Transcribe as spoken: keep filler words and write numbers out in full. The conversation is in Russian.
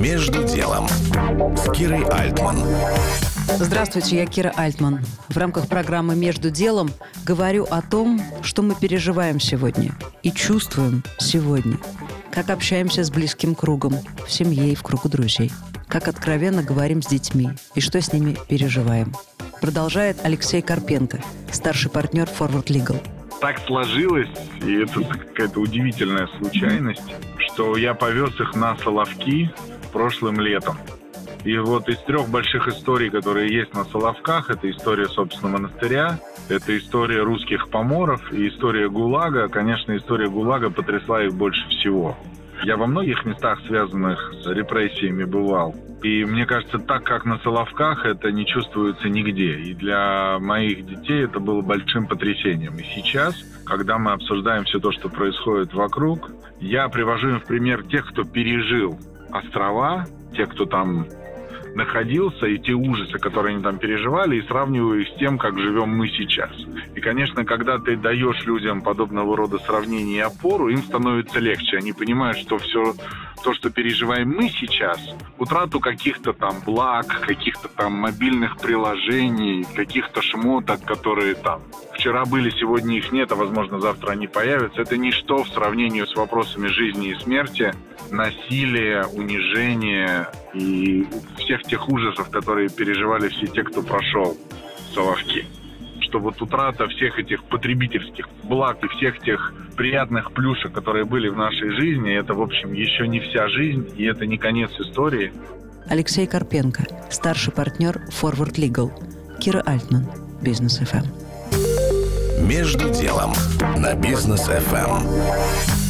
«Между делом» с Кирой Альтман. Здравствуйте, я Кира Альтман. В рамках программы «Между делом» говорю о том, что мы переживаем сегодня и чувствуем сегодня. Как общаемся с близким кругом, в семье и в кругу друзей. Как откровенно говорим с детьми и что с ними переживаем. Продолжает Алексей Карпенко, старший партнер Forward Legal. Так сложилось, и это какая-то удивительная случайность, что я повез их на Соловки прошлым летом. И вот из трех больших историй, которые есть на Соловках, это история, собственно, монастыря, это история русских поморов и история ГУЛАГа. Конечно, история ГУЛАГа потрясла их больше всего. Я во многих местах, связанных с репрессиями, бывал. И мне кажется, так как на Соловках, это не чувствуется нигде. И для моих детей это было большим потрясением. И сейчас, когда мы обсуждаем все то, что происходит вокруг, я привожу им в пример тех, кто пережил острова, тех, кто там находился, и те ужасы, которые они там переживали, и сравниваю их с тем, как живем мы сейчас. И, конечно, когда ты даешь людям подобного рода сравнения и опору, им становится легче. Они понимают, что все то, что переживаем мы сейчас, утрату каких-то там благ, каких-то там мобильных приложений, каких-то шмоток, которые там вчера были, сегодня их нет, а, возможно, завтра они появятся, это ничто в сравнении с вопросами жизни и смерти, насилия, унижения и всех тех ужасов, которые переживали все те, кто прошел Соловки. Что вот утрата всех этих потребительских благ и всех тех приятных плюшек, которые были в нашей жизни, это, в общем, еще не вся жизнь, и это не конец истории. Алексей Карпенко, старший партнер Forward Legal. Кира Альтман, Бизнес эф эм. «Между делом» на Бизнес эф эм.